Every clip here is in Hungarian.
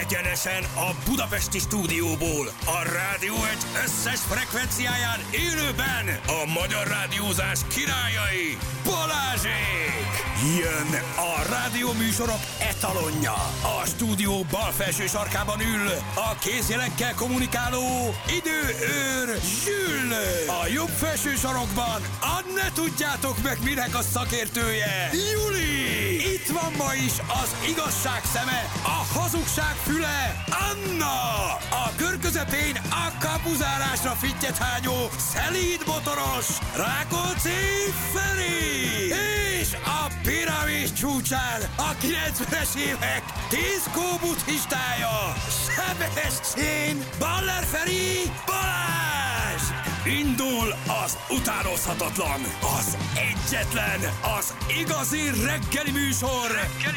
Egyenesen a budapesti stúdióból, a Rádió Egy összes frekvenciáján élőben a magyar rádiózás királyai, Balázsék! Jön a rádióműsorok etalonja. A stúdió bal felső sarkában ül a kézjelekkel kommunikáló időőr Zsül. A jobb felső sarokban a ne tudjátok meg minek a szakértője, Juli! Itt van ma is az igazság szeme, a hazugság füle, Anna! A kör közepén a kapuzárásra fittyet hányó, szelíd motoros, Rákóczi Feri! És a piramis csúcsán a 90-es évek diszkó buddhistája, Sebestyén Baller Feri Balázs! Indul az utánozhatatlan, az egyetlen, az igazi reggeli műsor,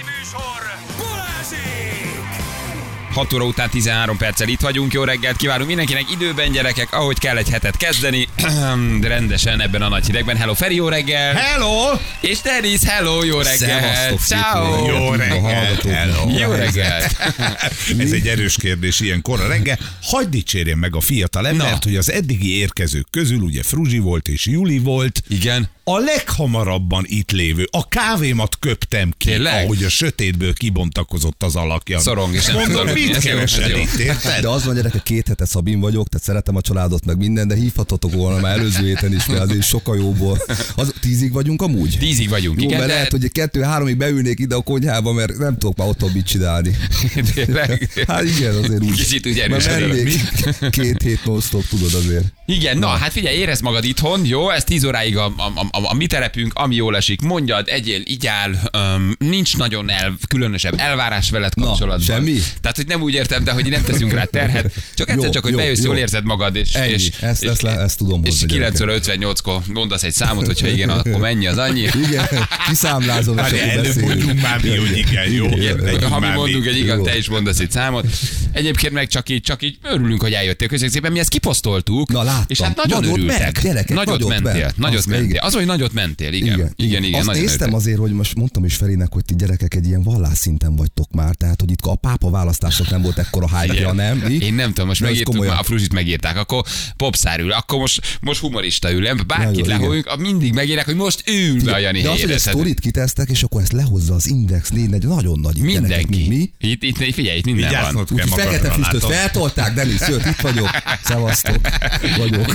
Balázsék! 6 óra után 13 perccel itt vagyunk, jó reggelt kívánunk mindenkinek, időben gyerekek, ahogy kell egy hetet kezdeni, rendesen ebben a nagy hidegben. Hello Feri, jó reggel! Hello! És Dennis, hello, jó reggel! Ciao! Jó reggel! Hello! Jó reggel! Ez egy erős kérdés ilyenkor a reggel. Hadd dicsérjem meg a fiatal embert, hogy az eddigi érkezők közül ugye Fruzsi volt és Juli volt. Igen. A leghamarabban itt lévő. A kávémat köptem ki, tényleg? ahogy a sötétből kibontakozott az alakja. Szorong, és nem mondom, tudom, mit ez jó, keresel ez jó. itt, érted? De az van, gyerekek, 2 hete Szabin vagyok, tehát szeretem a családot, meg minden, de hívhatotok volna már előző héten is, mert azért sokkal jóból. 10-ig vagyunk amúgy? 10-ig vagyunk, jó, igen. mert de... lehet, hogy 2-3-ig beülnék ide a konyhába, mert nem tudok már otthon mit csinálni. Hát igen, azért úgy. Kicsit úgy Mert erősödünk. mennék 2 hét non-stop, tudod azért. Igen, na hát figyelj, érezd magad itthon, jó? Ez 10 óráig a mi terepünk, ami jól esik. Mondjad, egyél, igyál, nincs nagyon különösebb elvárás veled kapcsolatban. Semmi? Tehát, hogy nem úgy értem, de hogy nem teszünk rá terhet. Csak egyszer csak, hogy bejössz, jól érzed magad, és Ezt tudom és hozni. 9-58-kor mondasz egy számot, hogyha igen, akkor mennyi az annyi. Igen, kiszámlázom, és Hát akkor előbb beszélünk. mondjunk már mi, hogy igen, jó? Igen, ha mi mondunk egy igen, Jó. te is mondasz egy számot. Egyébként meg csak így örülünk, hogy eljöttél. Köszönjük szépen, mi ezt kiposztoltuk. Na, láttam. És hát nagyon Nagyot örültek. ment, gyerekek, Nagyot mentél. Azt mentél. igen. Az, hogy nagyot mentél, igen. Igen, Azt nagyon néztem örültek. azért, hogy most mondtam is Ferinek, hogy ti gyerekek egy ilyen vallásszinten vagytok már, tehát hogy itt a pápa választások nem volt ekkora hype-ja, nem? Mi? Én nem tudom, most De ez megírtuk, komolyan. már a Fruzsit megírták, akkor popszár ül, akkor most humorista ül, nem? Bárkit Nagyon, lehújunk, mindig megírják, hogy most ül be a Jani De az, hogy a helyére. sztorit kitesztek, és akkor ezt lehozza az Index 4, nagyon nagy gyerekek, Mindenki. mi? Itt figyelj, itt minden van. Vigyáznod kell Úgyhogy fekete magadra, füstöt látod? feltolták, Denis, jött, itt vagyok, szevasztok, vagyok.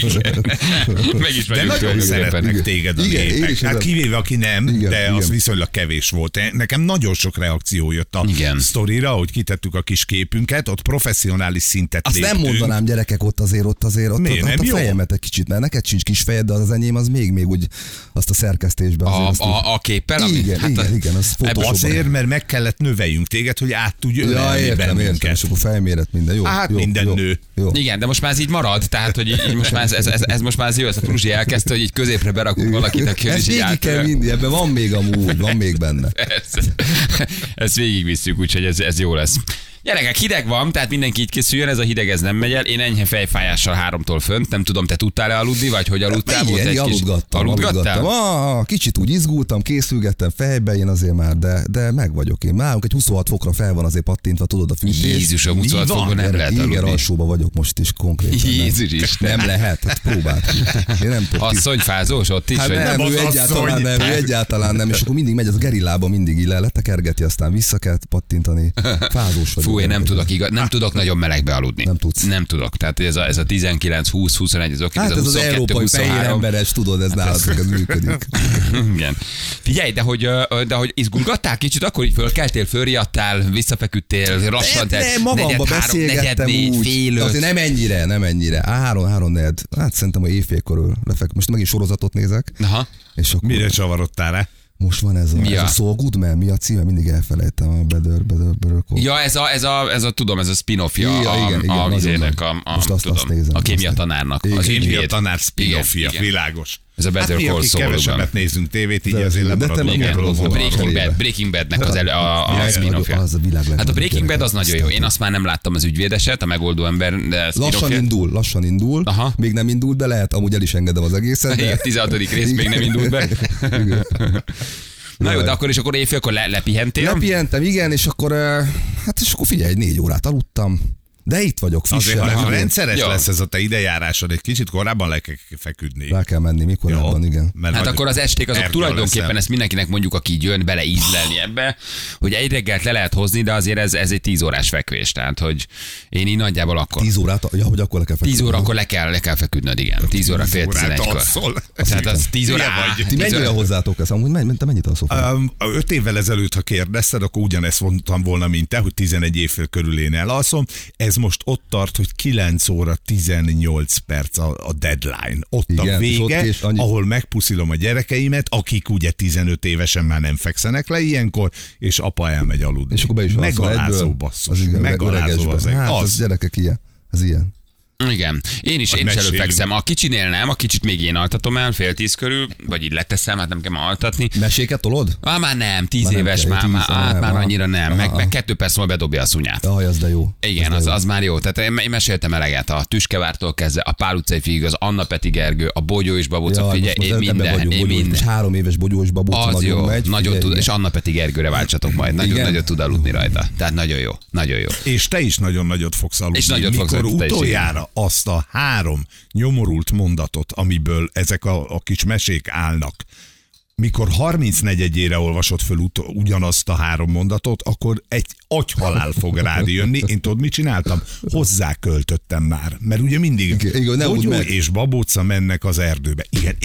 Meg is De vagyunk nagyon tulajdonképpen. szeretnek téged a Igen, én népek. is Hát ezen- kivéve, aki nem, Igen, de az igen. viszonylag kevés volt. Nekem nagyon sok reakció jött a Igen. sztorira, hogy kitettük a kis képünket, ott professzionális szintet Azt nem léptünk. mondanám, gyerekek, ott Miért nem a jó? fejemet egy kicsit, mert neked sincs kis fejed, de az enyém az még úgy azt a szerkesztésben. azért azt úgy- A képpel? ami- Igen, hát igen, az Photoshopban. Azért, mert meg kellett növeljünk téged, hogy át tudj Ja, ölelni értem, bennünket. és akkor felméret minden, jó? Hát jó, minden jó, nő. Jó. Igen, de most már ez így marad, tehát hogy így most már ez most már ez jó, ez a Fruzsi elkezdte, hogy így középre berakunk valakit, aki Ezt is így végig kell vinni, ebben van még amúgy, van még benne. Ezt végigvisszük, úgyhogy ez jó lesz. Gyerekek, hideg van, tehát mindenki így készüljön, ez a hideg ez nem megy el. Én enyhe fejfájással 3-tól fönt, nem tudom, te tudtál-e aludni, vagy hogy aludtál? Igen, aludgattam. Kicsit úgy izgultam, készülgettem fejbe, én azért már, de meg vagyok én. Nálunk egy 26 fokra fel van azért pattintva, tudod a fűtés. Jézusom, 26 van? fokon nem lehet Igen, aludni. alsóba vagyok most is konkrétan. Jézus Isten. Nem lehet, hát próbáld ki. Én nem tudok. Asszony fázós ott is? Hát vagy? nem, az ő egyáltalán asszony. nem, ő egyáltalán nem, és akkor mindig megy, az gerillában mindig így letekergeti, aztán vissza kell pattintani. Fázós vagyok. Fú, én nem tudok nagyon melegbe aludni. Nem tudsz. Nem tudok. Tehát ez a 19, 20, 21, ez oké. Hát ez a ez az 22, európai fehér 23. emberes, tudod, ez nálatok, ez működik. Igen. Figyelj, de hogy izgulgattál kicsit, akkor így fölkeltél, fölriadtál, visszafeküdtél, lassan, Nem, magamba beszélgettem úgy, fél de öt. azért nem ennyire. 3-4, hát szerintem a éjfélkor most megint sorozatot nézek, Aha. és akkor Mire csavarodtál rá? most van ez a Saul Goodman, mi a címe? Mindig elfelejtem a Better Call. Ja, ez a tudom, ez a spin-offja Ja, igen, a nagyon vizének, nagy. Most azt nézem, a kémia azt tanárnak. Igen. Az Kémia ügyvéd. tanár spin-offja, Igen. világos. Ez a Better mi, Call akik Saul-ban. kevesebbet nézünk tévét, így De azért te lemaradunk meg erről az nem oldalról. Breaking Badnek a spin-offja. Az a világ Hát a legnagyobb Breaking Bad az gyereke. nagyon jó. Én azt már nem láttam az ügyvédeset, a megoldó ember, de Lassan indul. Aha. Még nem indult, de lehet, amúgy el is engedem az egészet. Igen, De... 16. rész még nem indult be. Na jó, de akkor éjfélkor lepihentél? Lepihentem, igen, és akkor, és akkor figyelj, 4 órát aludtam. De itt vagyok, Azért, frissel. ha rendszeres Jó. lesz ez a te idejárásod, egy kicsit korábban le kell feküdni. Rá kell menni, mikor van, igen. Mert Hát nagy akkor az esték azok energia tulajdonképpen, leszel. ezt mindenkinek mondjuk, aki így jön bele ízlelni ebbe, hogy egy reggelt le lehet hozni, de azért ez egy 10 órás fekvés. Tehát, hogy én így nagyjából akkor. 10 órát, hogy akkor le kell feküdni. 10 óra, akkor le kell feküdnöd, igen. 10 óra, fél 11-kor. alszol. Tehát az 10 óra. Hülye vagy. Ti mennyire hozzátok ezt? Amúgy te mennyit alszol? 5 évvel ezelőtt, ha kérdezted, akkor ugyanezt mondtam volna, mint te, hogy 11 év körül én elalszom. Ez most ott tart, hogy 9 óra 18 perc a deadline. Ott Igen, a és vége, ott annyi... ahol megpuszilom a gyerekeimet, akik ugye 15 évesen már nem fekszenek le ilyenkor, és apa elmegy aludni. És akkor be is alszol megalázó egyből. basszus. Az igen, Megalázó az. Hát, Az. az gyerekek ilyen. Ez ilyen. Igen. Én is mesélünk. előfekszem. A kicsinél nem, a kicsit még én altatom el, fél 10 körül, vagy így leteszem, hát nem kell már altatni. Meséket tolod? Már nem, 10 Már nem éves, kell, már 10, már nem, annyira nem. aha. Meg 2 perc múlva bedobja a szunyát. Jaj, az de jó. Igen, Az de jó. az már jó. Tehát én meséltem eleget a Tüskevártól kezdve, a Pál utcai fiúk, az Anna Peti Gergő, a Bogyó és Babóca, Jaj, figyelj, most én ebben minden, vagyunk, én Bogyó, minden. most 3 éves Bogyó és Babóca Az nagyon jó, megy. nagyon figyelj, tud, igen. és Anna Peti Gergőre váltsatok majd. Nagyon, Igen? nagyon tud aludni rajta. Tehát nagyon jó, nagyon jó. És te is nagyon nagyot fogsz aludni. És nagyot fogsz Mikor aludni, te is, utoljára azt a 3 nyomorult mondatot, amiből ezek a kis mesék állnak, mikor 34-ére olvasod föl ugyanazt a 3 mondatot, akkor egy agyhalál fog rád jönni. Én tudod, mit csináltam? Hozzá költöttem már. Mert ugye mindig Igen, ne Bogyó úgy meg. és Babóca mennek az erdőbe. Igen,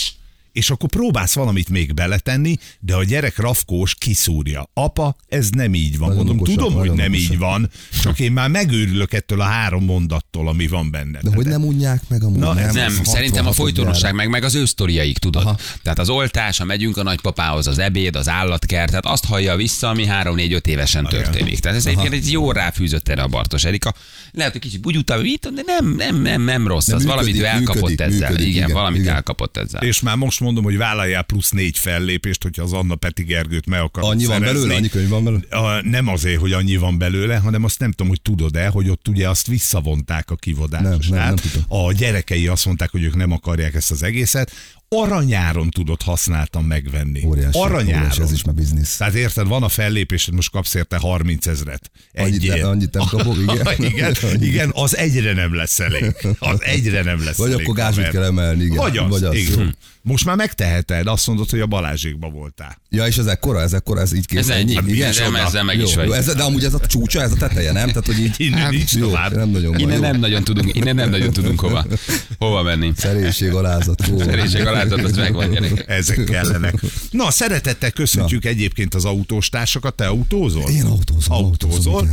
és akkor próbálsz valamit még beletenni, de a gyerek rafkós kiszúrja. Apa, ez nem így van. Nagyon Mondom, okosak, tudom, hogy nagyon nem így okosak. van, csak én már megőrülök ettől a 3 mondattól, ami van benne. De hogy nem unják meg amúgy? Na, ez Nem, 66 szerintem a folytonosság, gyára. meg az ő sztoriaik, tudod. Aha. Tehát az oltás, a megyünk a nagypapához, az ebéd, az állatkert, tehát azt hallja vissza, ami 3-4-5 évesen történik. Tehát ez egyébként egy jó ráfűzött erre a Bartos Erika. Lehet, hogy kicsit bugyutább, de nem rossz, De az valamit működik, ő elkapott működik, ezzel. működik, Igen, igen, valamit igen. elkapott ezzel. És már most mondom, hogy vállaljál plusz 4 fellépést, hogyha az Anna Peti Gergőt meg akarod Annyi van szerezni. belőle? Annyi könyv van belőle? Nem azért, hogy annyi van belőle, hanem azt nem tudom, hogy tudod-e, hogy ott ugye azt visszavonták a kivadását. Nem tudom. A gyerekei azt mondták, hogy ők nem akarják ezt az egészet. Aranyáron tudod használtan megvenni. Óriási, Aranyáron. óriási, ez is már biznisz. Tehát érted, van a fellépésed, most kapsz érte 30 000. Annyit nem kapok, igen. igen, az egyre nem lesz elég. Az egyre nem lesz Vagy elég. akkor gázsit haver. kell emelni, igen. Vagy az, Vagy az, igen. jó. Most már megteheted, azt mondod, hogy a Balázsékba voltál. Ja, és ez ekkora, ez így kész. Ez ennyi, ezzel meg is vagy. Jó, de amúgy ez a csúcsa, ez a teteje, nem? Tehát, hogy így... Innen nincs jó, tovább. nem nagyon van. Innen Jó. nem nagyon tudunk hova menni. Szerénység, alázat. Jó. Szerénység alázat, az megvan, gyerek. Ezek kellenek. Na, szeretettel köszöntjük egyébként az autóstársakat. Te autózol? Én autózol.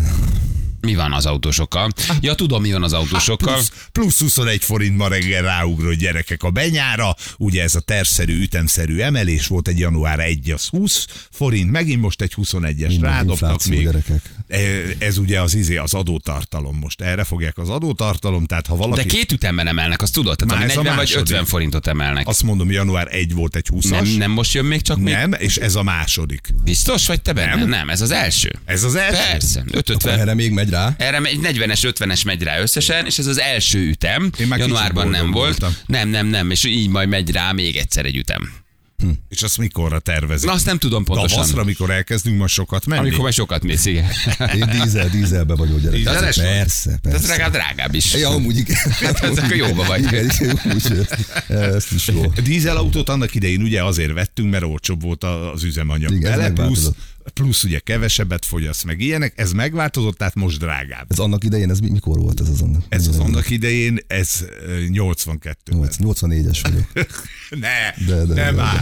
Mi van az autósokkal? Ja, tudom, mi van az autósokkal. Plusz 21 forint ma reggel ráugrott gyerekek a benyára. Ugye ez a tervszerű, ütemszerű emelés volt, egy január 1, az 20 forint, megint most egy 21-es rádobtak infláció, még. gyerekek. Ez ugye az adótartalom most. Erre fogják az adótartalom, tehát ha valaki... De 2 ütemben emelnek, azt tudod? Tehát Már ami ez a 40 vagy második. 50 forintot emelnek. Azt mondom, január 1 volt egy 20-as. Nem most jön még csak még? Nem, és ez a második. Biztos vagy te benne? Nem. Nem, ez az első. Ez az első? Persze, 5-50. Erre még megy rá? Erre egy 40-es, 50-es megy rá összesen, és ez az első ütem. Én már Januárban kicsit nem boldog volt. voltam. Nem, és így majd megy rá még egyszer egy ütem. És azt mikorra tervezik? Na, azt nem tudom pontosan. Tavaszra, amikor elkezdünk majd sokat menni? Amikor majd sokat mész, igen. Én dízelbe vagyok, gyerek. Dízeles vagy? Persze. Ez legalább drágább is. Ja, amúgy igen. Ez akkor jóba vagy. Igen, úgy, ezt is jó. A dízelautót annak idején ugye azért vettünk, mert olcsóbb volt az üzemanyag Igen, ez bele, megváltozott. plusz ugye kevesebbet fogyasz meg ilyenek, ez megváltozott, tehát most drágább. Ez annak idején, ez mikor volt ez az annak? Ez az annak idején, ez 82-ben. 84-es vagyok. Nem már.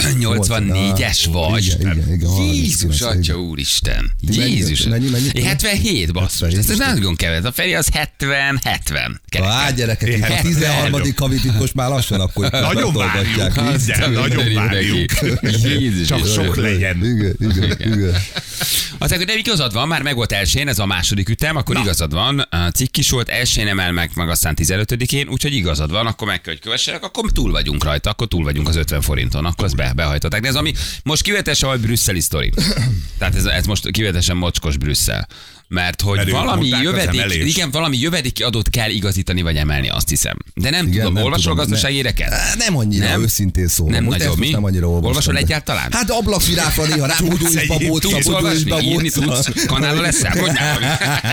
84-es vagy. Igen, Jézus, 39, atya igen. úristen. Ti Jézus. mennyi? Én 77, basszus. 77. Ez nagyon kevés. A Feri az 70. Á, gyerekek, Én a 13. havit most már lassan akkor Nagyon latolgatják. várjuk. Minden, nagyon várjuk. Jézus. Csak sok legyen. Igen. Aztán, hogy nem igazad van, már meg volt elsőn, ez a második ütem, akkor igazad van, a cikk is volt, elsőn emel meg aztán 15-én, úgyhogy igazad van, akkor meg kell, hogy kövessenek, akkor túl vagyunk rajta, akkor túl vagyunk az 50 forinton, akkor azt behajtották. De ez ami most kivetesen vagy brüsszeli sztori. Tehát ez most kivetesen mocskos Brüsszel. Mert hogy Mert ők valami mondták az emelést. valami jövedéki adót kell igazítani vagy emelni, azt hiszem. De nem tudom, nem olvasol tudom, gazdasági éreket? Nem annyira, Nem? őszintén szólva. Nem Most nagyon, ezt mi? nem annyira olvastam. Olvasol de- egyáltalán? Hát ablakvirágban néha rábúdó is babóc, Tudsz babódó is olvasni, írni babóc. tudsz? Kanállal leszel? Hogy nem?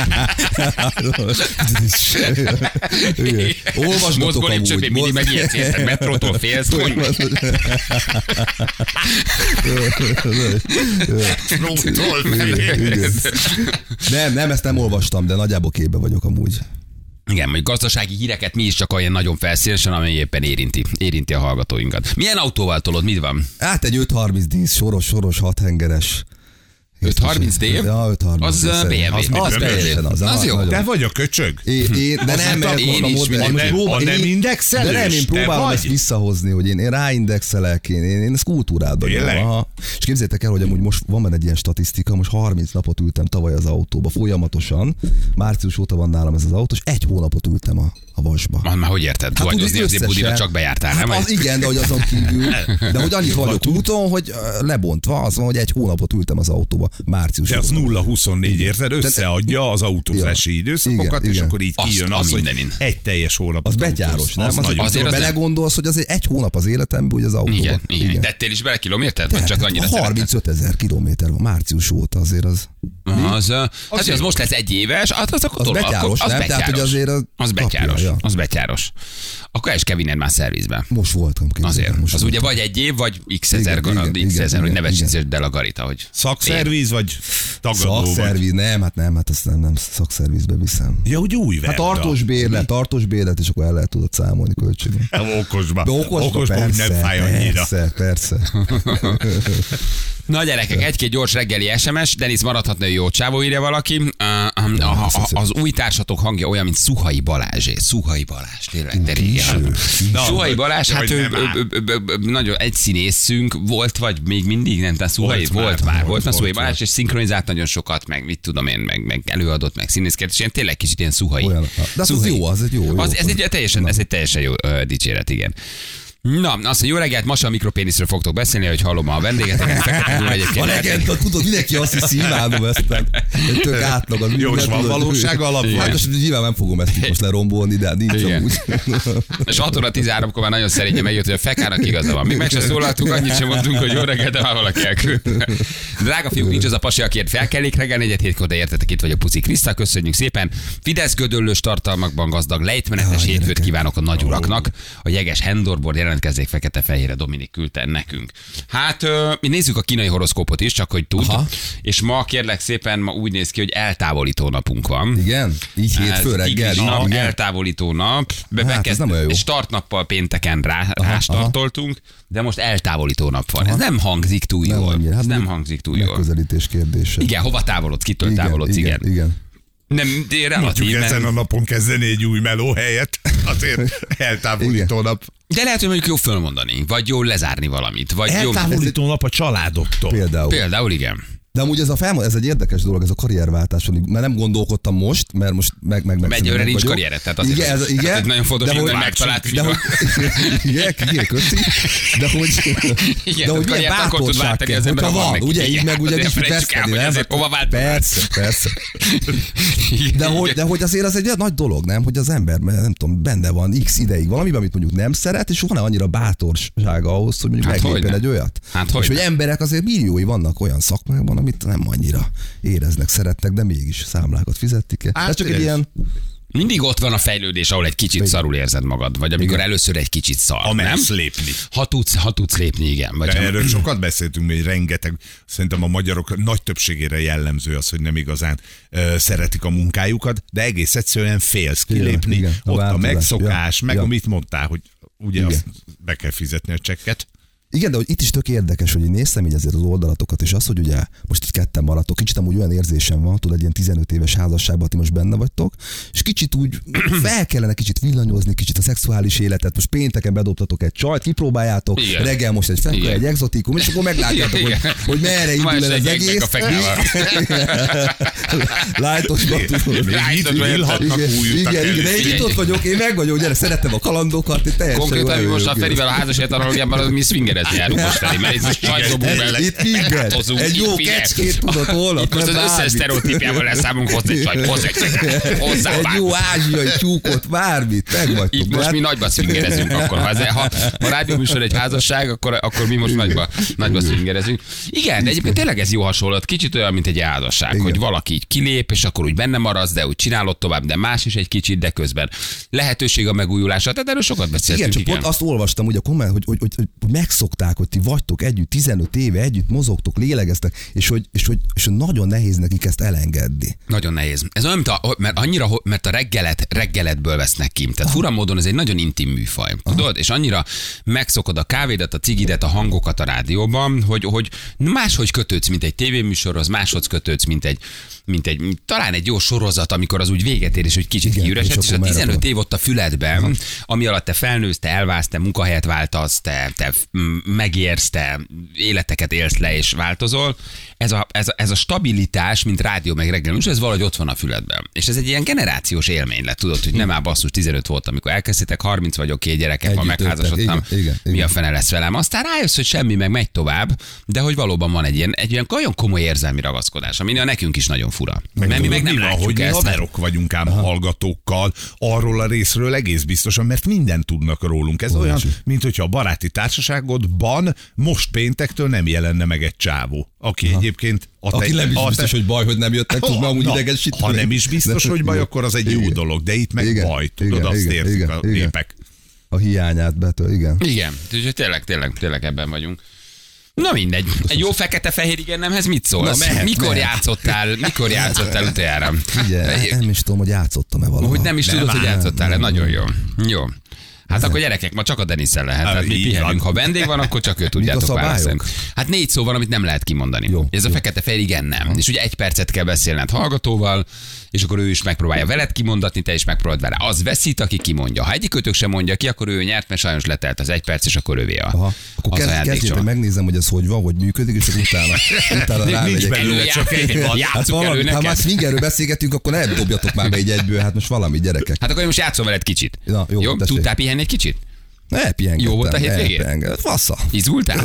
Olvasgatok Mozgó lépcsőben mindig megijedsz, érted? Metrótól félsz? Hogy Nem, ezt nem olvastam, de nagyjából képbe vagyok amúgy. Igen, hogy gazdasági híreket mi is csak olyan nagyon felszínesen, ami éppen érinti a hallgatóinkat. Milyen autóval tolod, mit van? Hát egy 530 dísz, soros, 6 hengeres. 530 D? Ja, 530 Az BMW. Az teljesen az. Az jó. nagyon. Te vagy a köcsög? De nem, mert én a is modell. mindig. A nem indexelős? De nem, én Te próbálom vagy? ezt visszahozni, hogy én ráindexelek, én ezt kultúrádban Tényleg? nyomom. Aha. És képzeljétek el, hogy amúgy most van benne egy ilyen statisztika, most 30 napot ültem tavaly az autóba, folyamatosan. Március óta van nálam ez az autó, és 1 hónapot ültem a vasba. Már hogy érted? Hát Zuhanyozni úgy azért budira összesen. csak bejártál, nem? Hát az igen, de hogy azon kívül, de hogy annyit vagyok úton, hogy lebontva, az van, hogy 1 hónapot ültem az autóba március De az óta. 0-24, érted? Összeadja az autózási időszakokat, és igen. akkor így Azt kijön a az, hogy mindenin. egy teljes hónap. Az betyáros, nem? nagyon azért Azért az nem. belegondolsz, hogy az 1 hónap az életemben, hogy az autóba. Igen. Tettél is bele kilométert? Vagy csak annyira szereted? 35 000 kilométer van, március óta azért az. Hát az most lesz 1 éves, az akkor Az betyáros, az nem? betyáros. Tehát, hogy azért Az betyáros. kapja, ja. Az betyáros. Akkor el is kell vinned már szervizbe. Most voltam. képzeld el, Azért. most Az voltam. ugye vagy 1 év, vagy x ezer Igen, garant, igen, x ezer, hogy igen, ne igen. vessd el a garita, hogy Szakszervíz vagy tagadó vagy? Szakszerviz, nem, azt nem szakszervizbe viszem. Ja, hogy új Hát verda. tartós bérlet, és akkor el lehet tudod számolni költséget. Okosba. De okosba, úgy persze, nem fáj annyira. persze. Na gyerekek, 1-2 gyors reggeli SMS, Denis maradhatna, hogy jó csávó, írja valaki. Az új társatok hangja olyan, mint Szuhai Balázsé. Szuhai Balázs, tényleg, de régen. Szuhai Balázs, hát ő nagyon egy színészünk volt, vagy még mindig nem, tehát Szuhai volt már Szuhai Balázs, és szinkronizált nagyon sokat, meg mit tudom én, meg előadott, meg színészkedett, és ilyen tényleg kicsit ilyen Szuhai. Olyan, de az Szuhai. jó, az egy jó. Ez egy teljesen jó dicséret, igen. Na, azt mondja, jó reggelt, ma sem a mikropéniszről fogtok beszélni, hogy hallom a vendégeteket. Fekete Gyula egyébként. A legenda, tudod, mindenki azt hiszi, imádom ezt. Egy tök átlag. Az Jó, és minden, van tudod, valóság alapban? Hát most nyilván nem fogom ezt itt most lerombolni, de nincs Igen. amúgy. És 6 óra 13-kor már nagyon szerényen megjött, hogy a Fekának igaza van. Még meg se szólaltunk, annyit sem mondtunk, hogy jó reggelt, de már valaki elküldte. Drága fiúk, nincs az a pasi, akiért felkellék reggel 4-7-kor, de értetek, itt vagyok, Puszi Kriszta, köszönjük szépen. Fidesz gödöllős tartalmakban gazdag, lejtmenetes hétfőt kívánok a nagyuraknak. A jeges Hendorból jelentkezzék fekete-fehérre, Dominik küldte nekünk. Hát mi nézzük a kínai horoszkópot is, csak hogy tud. Aha. És ma kérlek szépen, ma úgy néz ki, hogy eltávolító napunk van. Igen? Így hétfő reggel. Tigris nap, Igen. eltávolító nap. Hát, ez nem olyan jó. Startnappal pénteken rástartoltunk, de most eltávolító nap van. Ez nem hangzik túl Nem jól. annyira. Hát Ez nem még hangzik túl jól. Megközelítés kérdése. Igen, hova távolodsz, kitől távolodsz, igen. Igen. Nem, de Tudjuk relatív, ezen a napon kezdeni egy új meló helyet. Azért eltávolító nap. de lehet, hogy mondjuk jó fölmondani, vagy jó lezárni valamit, vagy jó... Eltávolító nap a családoktól. Például. Igen. De amúgy ez egy érdekes dolog, ez a karrierváltáson, mert nem gondolkodtam most, mert most meg Megy őre, nincs karrieret, tehát azért igen, ez, igen, tehát nagyon fontos, de hogy hogy- megtalált. de hogy, igen, köszi, de hogy, Igen, de hogy a milyen karriert akkor tud bátorság váltani kell, az ember, hogyha ha van van, neki. ugye, így Igen, meg ugye azért nincs mit felejtsük el, veszteni, hogy nem? azért hova vált. Persze. De hogy azért az egy olyan nagy dolog, nem? Hogy az ember, nem tudom, benne van x ideig valamiben, amit mondjuk nem szeret, és van-e annyira bátorsága ahhoz, hogy mondjuk Hát meglépjen hogyne. egy olyat? Hát és hogyne. hogy emberek azért milliói vannak olyan szakmákban, amit nem annyira éreznek, szeretnek, de mégis számlákat fizettik el. Hát Ez csak egy ez- ilyen... Mindig ott van a fejlődés, ahol egy kicsit szarul érzed magad, vagy amikor először egy kicsit szar, Ha nem? mersz lépni. Ha tudsz lépni, igen. Vagy De ha- erről sokat beszéltünk, hogy rengeteg, szerintem a magyarok nagy többségére jellemző az, hogy nem igazán szeretik a munkájukat, de egész egyszerűen félsz kilépni. Igen, a Ott a változás. megszokás, Ja, meg ja. amit mondtál, hogy ugye Igen. azt be kell fizetni a csekket. Igen, de hogy itt is tök érdekes, hogy én néztem így azért az oldalatokat, és az, hogy ugye most itt ketten maradtok, kicsit amúgy olyan érzésem van, tudod, egy ilyen 15 éves házasságban ti most benne vagytok, és kicsit úgy fel kellene kicsit villanyozni, kicsit a szexuális életet, most pénteken bedobtatok egy csajt, kipróbáljátok, Igen. reggel most egy fekve, Igen. egy exotikum, és akkor meglátjátok, Igen. hogy merre indul Ma el este az egy egész. a fekával. Lájtosban tudod. Illhatnak új utak Igen, elő. de én itt ott vagyok, én meg vagyok, gyere, szeretem a kalandokat, én teljesen Konkrétan mi jól most a vagyok. Ferivel a házasért analógiában az mi swinger swingerezni járunk most felé, mert itt sajtdobunk bele. Itt minden. Egy jó kecskét tudod holnap. Itt most az összes sztereotípiával leszámunk hozzá egy csajt, hozzá egy jó ázsiai tyúkot, bármit, megvagytok. Itt most mi nagyba swingerezünk akkor. Ha rádióműsor egy házasság, akkor mi most nagyba swingerezünk. Igen, de egyébként tényleg ez jó hasonlat. Kicsit olyan, mint egy házasság, igen. Hogy valaki így kilép, és akkor úgy benne maradsz, de úgy csinálod tovább, de más is egy kicsit, de közben lehetőség a megújulásra. Tehát erről sokat beszéltünk. Igen, csak pont azt olvastam, ugye a komment, hogy megszokták, hogy ti vagytok együtt 15 éve, együtt mozogtok, lélegeztek, és hogy nagyon nehéz nekik ezt elengedni. Nagyon nehéz. Ez olyan, mert a reggeletből vesznek ki. Tehát fura módon ez egy nagyon intim műfaj. Tudod? És annyira megszokod a kávédat, a cigidet, a hangokat a rádióban, hogy máshogy kötődsz, mint egy tévéműsorhoz, máshogy kötődsz, mint egy talán egy jó sorozat, amikor az úgy véget ér, és hogy kicsit kiüresedsz, és a 15 év ott a füledben, ami alatt te felnősz, te elválsz, te munkahelyet váltasz, te megérsz, te életeket élsz le és változol. Ez a stabilitás, mint rádió meg reggelműsor, ez valahogy ott van a füledben. És ez egy ilyen generációs élmény lett, tudod, hogy nem basszus 15 volt, amikor elkezdtétek, 30 vagyok, 2 gyerekek van, megházasodtam, mi a fene lesz velem. Aztán rájössz, hogy semmi, meg megy tovább, de hogy valóban van egy ilyen olyan komoly érzelmi ragaszkodás, ami nekünk is nagyon fura. Mert mi meg nem látjuk hogy ezt. Haverok vagyunk ám hallgatókkal, arról a részről egész biztosan, mert mindent tudnak rólunk. Ez olyan, mint hogyha a baráti társaságodban most péntektől nem jelenne meg egy csávó, aki egyébként... Aki nem is biztos, hogy baj, hogy nem jöttek, tudna amúgy idegesíteni. Ha nem is biztos, hogy baj, akkor az egy jó dolog, de itt meg baj, tudod, azt érzik a népek. A hiányát betől, igen. Igen, tényleg ebben vagyunk. Na mindegy. Egy jó fekete-fehér igennemhez mit szólsz? Mikor játszottál utoljára? Ugye, nem is tudom, hogy játszottam-e valahol. Hogy nem is tudod, hogy játszottál-e? Nagyon jó. Jó. Hát akkor gyerekek, ma csak a Denisszel lehet. Tehát mi pihenünk. Ha vendég van, akkor csak ő tudjátok válaszolni. Hát 4 szó van, amit nem lehet kimondani. Jó, ez a fekete-fehér igen nem. És ugye 1 percet kell beszélned hallgatóval, és akkor ő is megpróbálja veled kimondatni, te is megpróbálod vele. Az veszít, aki kimondja. Ha egyikőtök sem mondja ki, akkor ő nyert, mert sajnos letelt az 1 perc, és akkor ővé akkor kezdjétek, megnézem, hogy ez hogy van, hogy működik, és utána rámegyek. Csak egy van. Ha már swingerről beszélgetünk, akkor nem dobjatok már be egyből, hát most valami, gyerekek. Hát akkor én most játszom veled kicsit. Jó, tudtál pihenni egy kicsit? Elpihengettem. Jó volt a hétvégén? Fasza. Izgultál?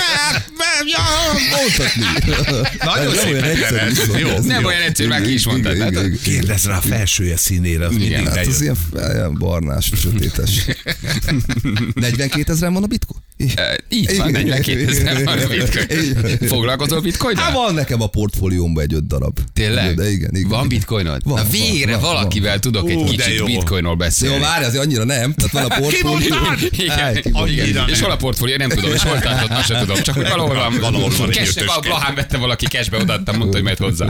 Mondhatni. Nagyon szépen. Nem olyan egyszerű, már ki is mondtad. Kérdezz rá a felsője színére. Hát az ilyen barnás, sötétes. 42 000 van a bitcoin? Így van, 42 000 van a bitcoin. Foglalkozol bitcoinnal? Hát van nekem a portfóliómban egy 5 darab. Tényleg? De igen. Van bitcoinod? Na végre valakivel tudok egy kicsit bitcoinról beszélni. Jó, várj, azért annyira nem. Tehát van a portfólió. Igen. És hol a portfólió? Nem tudom, és hol tartott, azt sem tudom. Csak hogy valahol van. Blahán vette valaki, cashbe odaadtam, mondta, hogy megy hozzá.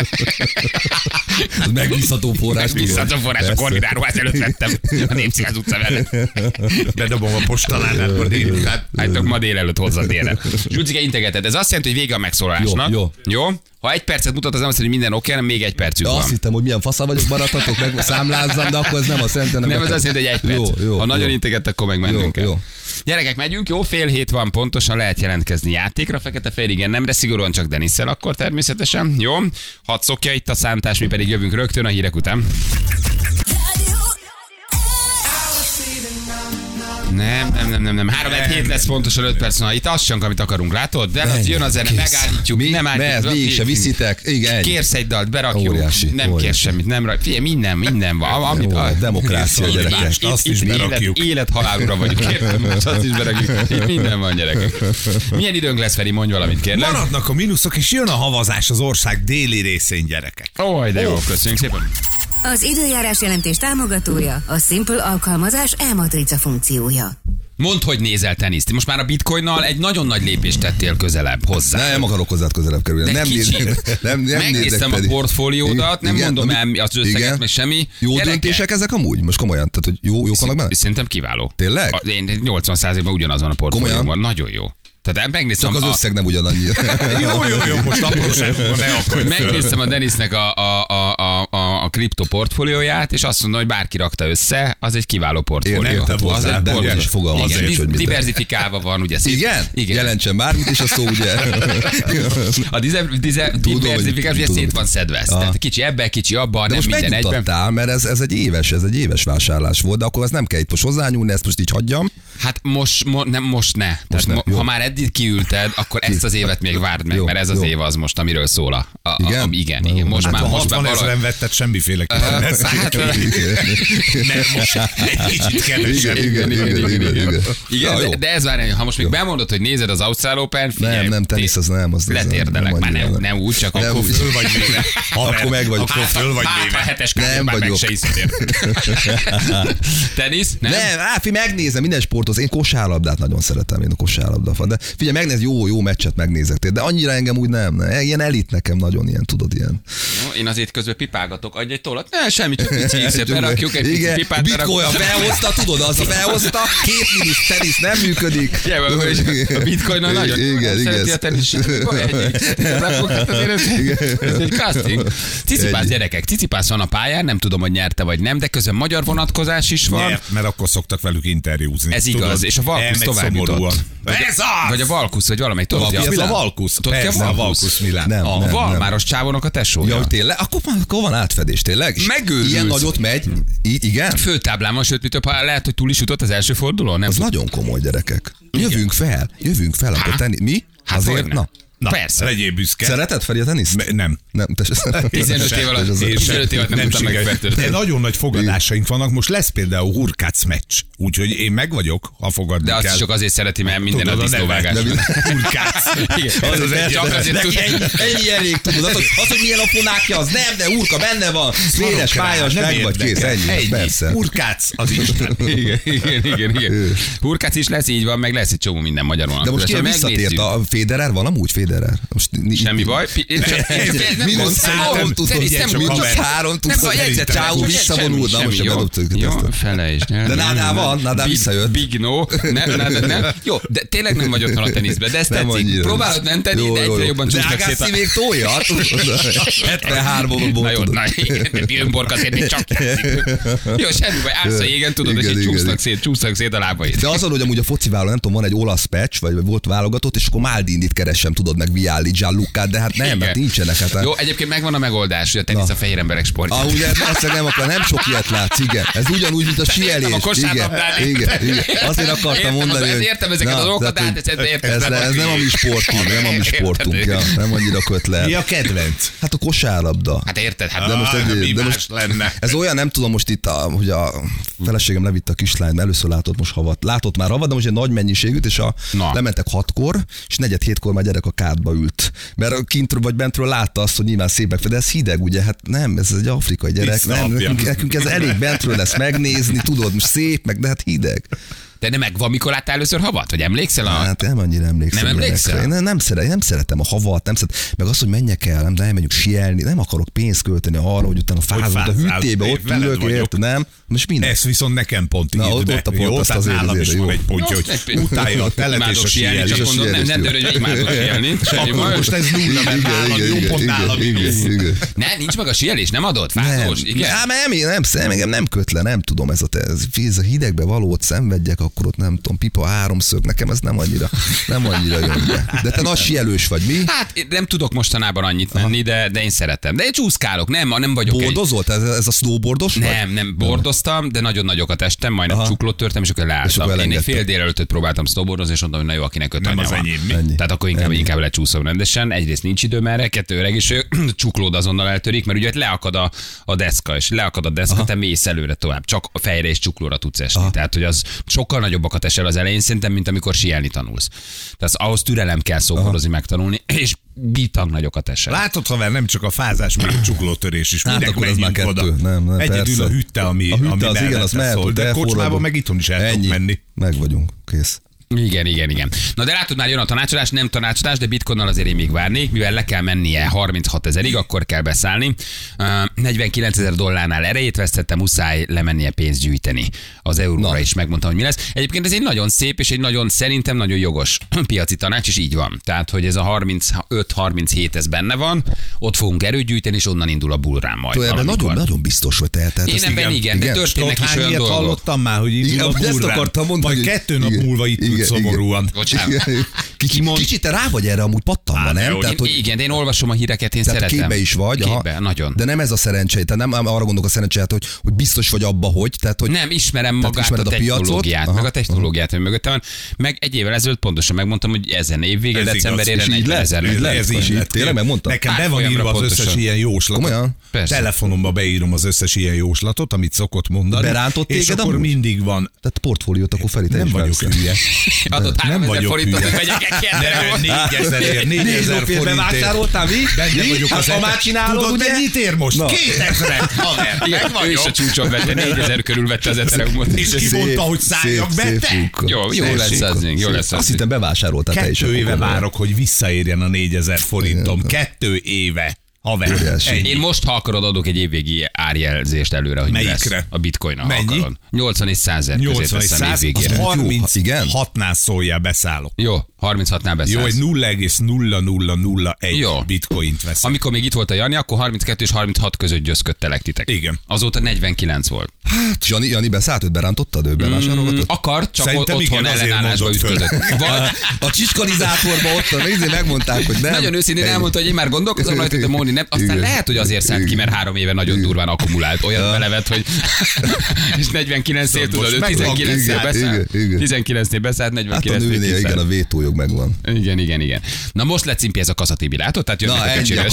Az megbízható forrás. Megbízható forrás, a Korvidáruház előtt vettem. A Népszínház utca mellett. Bedobom a postalánát, akkor délután. Hát ma délelőtt hozzá délre. Zsucike integeted. Ez azt jelenti, hogy vége a megszólalásnak. Jó? Ha 1 percet mutat, az nem azt jelenti, hogy minden oké, hanem még 1 percük van. Azt hittem, hogy milyen fasza vagyok, maradhatok, meg számlázzam, de akkor ez nem azt jelenti, nem az azt jelenti, hogy 1 perc. Ha nagyon integettek, akkor meg mennünk kell. Gyerekek, megyünk, jó, 6:30 van pontosan, lehet jelentkezni játékra, fekete-fehér igen, nemre, szigorúan csak Denisszel akkor természetesen. Jó, hadd szokja itt a szántás, mi pedig jövünk rögtön a hírek után. Nem. 3-7 lesz pontosan 5 perc. Na, itt az sem, amit akarunk, látod? De az jön a zene, megállítjuk, nem állítjuk. Végig se viszitek. Igen. Kérsz egy dalt, berakjuk. Óriási, nem kér semmit, nem rajta. Figyelj, minden van. Demokrácia, gyerekek. Azt is berakjuk. Élet-halálra vagyok, értem? Azt is berakjuk. Itt minden van, gyerekek. Milyen időnk lesz, Feri? Mondj valamit, kérlek. Maradnak a mínuszok, és jön a havazás az ország déli részén, gyerekek. Ó, de jó, köszönjük szépen. Az időjárás jelentés támogatója a Simple alkalmazás e-matrica funkciója. Mondd, hogy nézel teniszt. Most már a bitcoinnal egy nagyon nagy lépést tettél közelebb hozzá. Nem akarok hozzád közelebb kerülni. Nem megnéztem a portfóliódat, nem mondom el az összeget, meg semmi. Jó döntések ezek amúgy? Most komolyan, tehát hogy jók vannak benne? Szerintem kiváló. Tényleg? Én 80%-ban ugyanaz van a portfólióban. Nagyon jó. Tehát megnéztem csak az összeg nem ugyanannyi. Jó, most akkor sem. Megnéztem a Dennisnek a kriptoportfólióját, és azt mondom, hogy bárki rakta össze, az egy kiváló portfólió. Én értem Az hozzá, egy de portfólió. is fogalmaz, Igen, hogy mit. diversifikálva van, ugye. Igen? Jelentsen bármit, és a szó ugye... A diversifikálás ugye tudom. szét van szedve. Tehát kicsi ebben, kicsi abban, De nem most minden egyben. megmutattál, mert ez egy éves vásárlás volt, de akkor ez nem kell itt most hozzányúlni, ezt most így hagyjam. Hát most ne. Tehát ne, jó. ha már eddig kiülted, akkor ezt az évet még várd meg, Jó, mert ez az jó. év az most, amiről szól. Igen? Igen. Na jó, Most Hát már ha most 60 már ezeren vetted, semmiféleképpen lesz. Nem, most egy kicsit kevesebb. Igen. Igen, Na, jó. de ez már, ha most még bemondod, hogy nézed az Ausztrál Open, figyelj, Nem, tenisz az nem. letérdelek, már nem úgy, csak Nem akkor úgy. Föl vagy véve. Akkor meg vagyok. Akkor föl vagy hát, a véve. hetes Nem kártyát már meg vagyok. se iszed ér. Tenisz? Nem? Nem, megnézem, minden sportot. Én kosárlabdát nagyon szeretem, én a kosárlabda. De figyelj, megnéz, jó meccset megnézek tényleg, de annyira engem úgy nem. Ilyen elit nekem nagyon ilyen, tudod, ilyen. Jó, én azért közben pipálgatok, adj egy tollat. Ne, semmi, csak pici ízet, berakjuk egy pici Igen, pipát. bitcoin felhozta, tudod, az felhozta, 2 minusz tenisz nem működik. A bitcoinnal nagyon Igen. szereti a tenisz. Ez egy casting. Cicipász gyerekek, Cicipász van a pályán, nem tudom, hogy nyerte vagy nem, de közben magyar vonatkozás is van. Nyert, mert akkor szoktak velük interjúzni. Ez igaz, Tudod, és a Valkusz elmegy tovább szomorúan. jutott. Ez az! Vagy a Valkusz, vagy valamelyik. Tudod, Ez ki a Valkusz. Tudod, ki a Persze, a Valkusz? Valkusz Milán. Nem. A Valmáros csávónak a tesója. Ja, hogy tényleg? Akkor van átfedés, tényleg? És Megőrülsz. ilyen nagyot megy? Igen? Főtáblán van, sőt, lehet, hogy túl is jutott az első fordulón, nem? Az nagyon komoly, gyerekek. Jövünk fel, akkor tenni. Mi? Hát Azért, hogyne. Na, Persze. legyél büszke. Szereted, Feri, a teniszt? Nem. Nem, 15 év alatt, 15 év alatt nem tudtam sikerült. megfertőzni. De nagyon nagy fogadásaink vannak. Most lesz például Hurkác meccs. Úgyhogy én meg vagyok, ha fogadni De azt kell. is csak azért szereti, mert minden Tudod, a disznóvágás. Hurkác. Igen, Az egy- csak azért tud. Ennyi elég, tudod. Az, hogy milyen a fonákja, az nem, de Urka benne van. Széles, pályás, Nem meg vagy, kész, érdekel. ennyi. Persze. Hurkác az Isten. Igen. Hurkác is lesz, így van, meg lesz egy csomó minden magyar De vonatkozás. most ki visszatért a Federer, van amúgy Federer? Most Semmi baj. Mínusz három, tudod, nem csak úgy, haver. három, tudod, baj, egyszer semmi, Csáó semmi, visszavonult, na most semmi, sem jó. bedobtuk Jó, ezt. felejtsd. De Nadal van, Nadal visszajött. Big no. Nem. Jó, de tényleg nem vagy otthon a teniszben, de ez Nem tetszik. annyira. Próbálod menteni, de egyre jobban De csúsznak szét. Agassi még tolja, 73-ban Na jó, volt. na igen, Björnborg azért még csak játszik. Jó, semmi baj, állsz a jégen, tudod, és Igen, így igen. csúsznak szét a lábaid. De azon, hogy amúgy a fociváló, nem tudom, van egy olasz patch, vagy volt válogatott, és akkor Maldinit keresem, tudod, meg Vialli, Gianlucát, de hát nem, Igen. hát nincsenek. Hát, Jó, egyébként megvan a megoldás, hogy a tenisz a fehér emberek sportja. ahogy ezt nem sok ilyet látsz, igen. Ez ugyanúgy, mint a sielés. a kosárlabdán. Igen. Azért akartam Értem, mondani, hogy... értem ezeket Na, az okokat, tehát, hát ezt értem. ez nem a mi sportunk, nem a mi sportunk. Ja, nem annyira köt le. Mi a kedvenc? Hát a kosárlabda. Hát érted, hát De most Mi de más most lenne? ez olyan, nem tudom, most itt, hogy a feleségem levitte a kislányt, először látott most havat. Látott már havat, de most egy nagy mennyiségűt, és lementek 6-kor, és 4-7-kor már gyerek a kádba ült. Mert kintről vagy bentről látta azt, hogy nyilván szépek, de ez hideg, ugye? Hát nem, ez egy afrikai gyerek. Nem, nekünk ez elég bentről lesz megnézni, tudod, most szép, meg de hát hideg. De nem megvan, mikor láttál először havat? Hogy emlékszel? Hát nem annyira emlékszem. Nem emlékszel? Én nem szeretem a havat, meg azt, hogy menjek el, nem menjünk sielni, nem akarok pénzt költeni arra, hogy utána fázol, a hűtébe Én ott veled ülök, vagyok. érted, nem? Most minden. Ez viszont nekem pont Na, írd ott be. a pont, Jó, azt tehát azért nálam is azért van jó. egy pontja, hogy utálja a telet és Imádok a sielni, sielés. csak mondom, nem sielés, törődj, hogy imádok sielni. Semmi Akkor baj. most ez nulla, mert nálam jó pont nálam is. Ne, nincs meg a sielés, nem adott? Fázós? Igen. Engem nem köt le, nem tudom, ez a hidegbe valót szenvedjek, akkor ott nem tudom, pipa háromszög, nekem ez nem annyira jön be. De te nagy sielős vagy, mi? Hát nem tudok mostanában annyit menni, de én szeretem. De én csúszkálok, nem vagyok Bordozolt? Ez a snowboardos vagy? Nem bordoztam, de nagyon nagyok a testem, majdnem csuklót törtem, és akkor leálltam. Én egy fél délelőttöt próbáltam snowboardozni, és mondtam, hogy na jó, akinek 5 Nem anyja az van. enyém, mi? Ennyi. Tehát akkor inkább lecsúszom rendesen. Egyrészt nincs időm erre, 2 öreg, és csuklód azonnal eltörik, mert ugye leakad a deszka, és leakad a deszka, te mész előre tovább. Csak a fejre és csuklóra tudsz esni. Tehát, hogy az sokkal nagyobbakat esel az elején, szerintem, mint amikor sielni tanulsz. Tehát ahhoz türelem kell snowboardozni, megtanulni, és bitang nagyokat esel. Látod, haver, nem csak a fázás, még a csuklótörés is. Hát Minek akkor ez már menjünk oda? kettő. Nem, Egyedül persze. a hütte, ami A hütte az mellette igen, az mehet, szól. hogy De kocsmában meg itthon is el tudok menni. Meg vagyunk, kész. Igen. Na de látod, már jön a tanácsadás, nem tanácsadás, de bitcoinnal azért én még várnék, mivel le kell mennie 36 000-ig, akkor kell beszállni. 49 000 dollárnál erejét vesztette, muszáj lemennie pénzt gyűjteni. Az euróra is megmondtam, hogy mi lesz. Egyébként ez egy nagyon szép és egy szerintem nagyon jogos piaci tanács, és így van. Tehát, hogy ez a 35-37 ez benne van, ott fogunk erőt gyűjteni, és onnan indul a bullrán majd. Ebben nagyon biztos vagy te. Én ebben igen, de történnek is olyan dolgok. Hallottam már, hogy indul a bullrán. Majd 2 nap múlva itt szomorúan. Kicsit te rá vagy erre amúgy pattanva, nem? Tehát, hogy igen, de én olvasom a híreket, én szeretem. Képbe is vagy. Képbe, nagyon. De nem ez a szerencsé, tehát nem arra gondolok a szerencsét, hogy biztos vagy abba, hogy. Tehát, hogy nem, ismerem magát a technológiát, meg a technológiát, hogy mögötte van. Meg egy évvel ezelőtt pontosan megmondtam, hogy ezen év vége, decemberére 40 000. Ez így lett. Tényleg megmondtam? Nekem be van írva az összes ilyen jóslatot. Telefonomba beírom az összes ilyen jóslatot, amit szokott mondani. Berántott és téged akkor amúgy? mindig van. Tehát portfóliót akkor felé te Nem is vagyok hülye. Adott 3000 forintot, hogy hülye. megyek egy De 4000 forintért. Vásároltál mi? Benne vagyok az Ha már csinálod, Tudod, ugye? mennyit ér most? 2000-et, haver. Igen, ő is a csúcson vette, 4000 körül vette az Ethereumot. És ki mondta, hogy szálljak be, te? Jó lesz az, jó lesz az. Azt hittem bevásároltál te is. 2 éve várok, hogy visszaérjen a 4000 forintom. 2 éve. Haver. Ennyi. Én most, ha akarod, adok egy évvégi árjelzést előre, hogy mi Melyikre? lesz a bitcoin-nal. Mennyi? 80 és 100 000 közé 80 és teszem 100, évvégére. 36-nál szóljál, beszállok. Jó, 36-nál Jó, beszélsz. egy 0,0001 Jó. bitcoint veszek. Amikor még itt volt a Jani, akkor 32 és 36 között győzködtelek titek. Igen. Azóta 49 volt. Hát, Jani beszállt, hogy berántottad, ő bevásárolgatott? Akar, csak Szerintem otthon igen, azért ellenállásba mondott föl. ütközött. Vagy A csiskalizátorba ott van, nézzé, megmondták, hogy nem. nagyon őszintén elmondta, hogy én már gondolkozom rajta, de Móni nem. Aztán Igen. lehet, hogy azért szállt ki, mert 3 éve nagyon durván akkumulált. Olyat belevet, hogy és 49-nél tudod, ő 19-nél beszállt. 19-nél beszállt, Hát a 49-nél nőnél, igen, a vétójog megvan. Igen. Na most lecimpi ez a kaszatibi, látod? Tehát jönnek a Ennyi a köcsögös.